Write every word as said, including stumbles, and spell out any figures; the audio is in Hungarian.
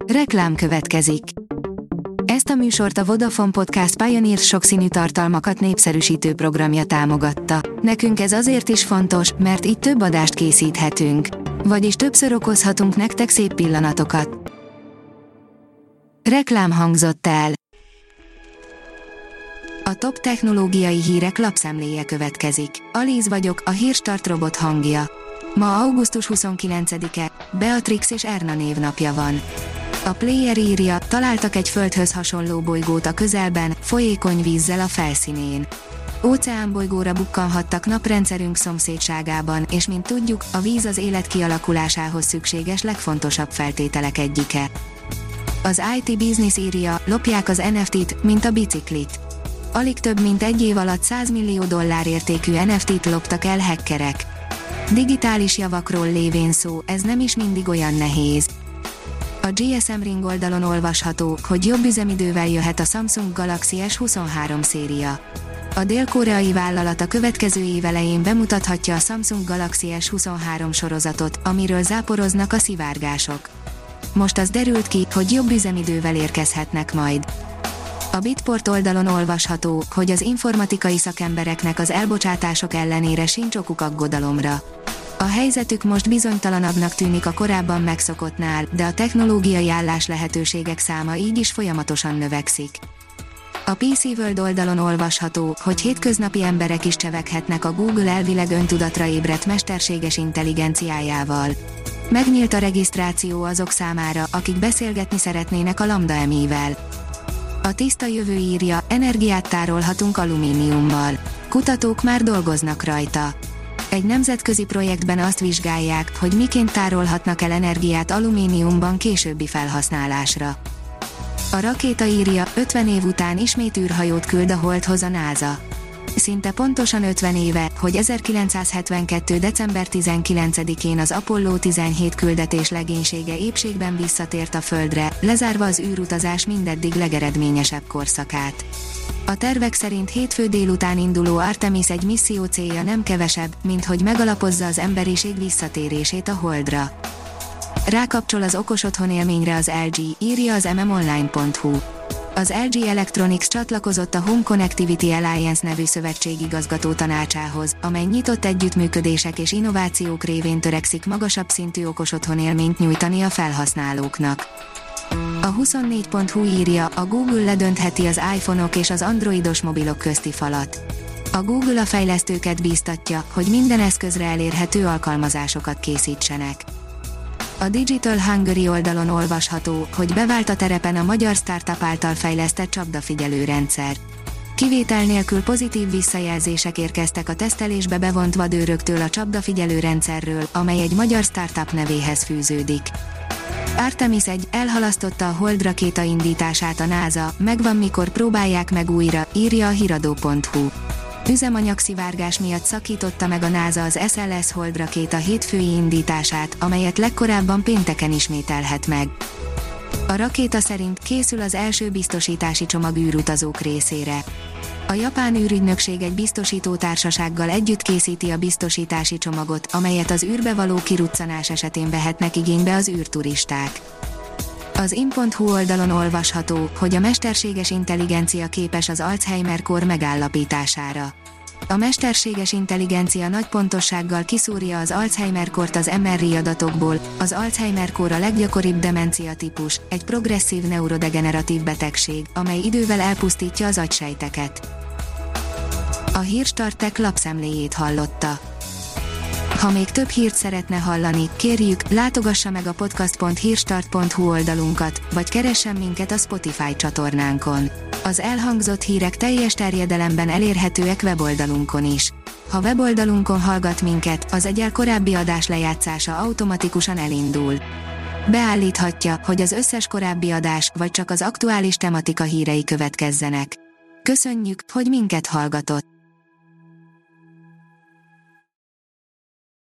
Reklám következik. Ezt a műsort a Vodafone Podcast Pioneer sokszínű tartalmakat népszerűsítő programja támogatta. Nekünk ez azért is fontos, mert így több adást készíthetünk. Vagyis többször okozhatunk nektek szép pillanatokat. Reklám hangzott el. A top technológiai hírek lapszemléje következik. Alíz vagyok, a Hírstart robot hangja. Ma augusztus huszonkilencedike, Beatrix és Erna névnapja van. A Player írja, találtak egy Földhöz hasonló bolygót a közelben, folyékony vízzel a felszínén. Óceánbolygóra bukkanhattak naprendszerünk szomszédságában, és mint tudjuk, a víz az élet kialakulásához szükséges legfontosabb feltételek egyike. Az i té Business írja, lopják az en ef té-t, mint a biciklit. Alig több mint egy év alatt száz millió dollár értékű en ef té-t loptak el hackerek. Digitális javakról lévén szó, ez nem is mindig olyan nehéz. A gé es em Ring oldalon olvasható, hogy jobb üzemidővel jöhet a Samsung Galaxy es huszonhárom széria. A dél-koreai vállalat a következő év elején bemutathatja a Samsung Galaxy es huszonhárom sorozatot, amiről záporoznak a szivárgások. Most az derült ki, hogy jobb üzemidővel érkezhetnek majd. A Bitport oldalon olvasható, hogy az informatikai szakembereknek az elbocsátások ellenére sincs okuk aggodalomra. A helyzetük most bizonytalanabbnak tűnik a korábban megszokottnál, de a technológiai állás lehetőségek száma így is folyamatosan növekszik. A pé cé World oldalon olvasható, hogy hétköznapi emberek is cseveghetnek a Google elvileg öntudatra ébredt mesterséges intelligenciájával. Megnyílt a regisztráció azok számára, akik beszélgetni szeretnének a Lambda em i-vel. A tiszta jövő írja, energiát tárolhatunk alumíniummal. Kutatók már dolgoznak rajta. Egy nemzetközi projektben azt vizsgálják, hogy miként tárolhatnak el energiát alumíniumban későbbi felhasználásra. A rakéta írja, ötven év után ismét űrhajót küld a Holdhoz a NASA. Szinte pontosan ötven éve, hogy ezerkilencszázhetvenkettő. december tizenkilencedikén az Apollo tizenhét küldetés legénysége épségben visszatért a Földre, lezárva az űrutazás mindeddig legeredményesebb korszakát. A tervek szerint hétfő délután induló Artemis egy misszió célja nem kevesebb, mint hogy megalapozza az emberiség visszatérését a Holdra. Rákapcsol az okos otthon élményre az el gé, írja az em em online pont hu. Az el gé Electronics csatlakozott a Home Connectivity Alliance nevű szövetség igazgató tanácsához, amely nyitott együttműködések és innovációk révén törekszik magasabb szintű okos otthon élményt nyújtani a felhasználóknak. A huszonnégy pont hu írja, a Google ledöntheti az iPhone-ok és az androidos mobilok közti falat. A Google a fejlesztőket bíztatja, hogy minden eszközre elérhető alkalmazásokat készítsenek. A Digital Hungary oldalon olvasható, hogy bevált a terepen a magyar startup által fejlesztett csapdafigyelő rendszer. Kivétel nélkül pozitív visszajelzések érkeztek a tesztelésbe bevont vadőröktől a csapdafigyelő rendszerről, amely egy magyar startup nevéhez fűződik. Artemis egy elhalasztotta a Hold rakéta indítását a NASA, megvan mikor próbálják meg újra, írja a hiradó pont hu. Üzemanyagszivárgás miatt szakította meg a NASA az es el es Hold rakéta hétfői indítását, amelyet legkorábban pénteken ismételhet meg. A rakéta szerint készül az első biztosítási csomag űrutazók részére. A japán űrügynökség egy biztosító társasággal együtt készíti a biztosítási csomagot, amelyet az űrbe való kiruccanás esetén vehetnek igénybe az űrturisták. Az in pont hu oldalon olvasható, hogy a mesterséges intelligencia képes az Alzheimer-kór megállapítására. A mesterséges intelligencia nagy pontossággal kiszúrja az Alzheimer-kórt az em er i adatokból. Az Alzheimer-kór a leggyakoribb demencia típus, egy progresszív neurodegeneratív betegség, amely idővel elpusztítja az agysejteket. A Hírstart Tech lapszemléjét hallotta. Ha még több hírt szeretne hallani, kérjük, látogassa meg a podcast pont hírstart pont hu oldalunkat, vagy keressen minket a Spotify csatornánkon. Az elhangzott hírek teljes terjedelemben elérhetőek weboldalunkon is. Ha weboldalunkon hallgat minket, az egyel korábbi adás lejátszása automatikusan elindul. Beállíthatja, hogy az összes korábbi adás, vagy csak az aktuális tematika hírei következzenek. Köszönjük, hogy minket hallgatott!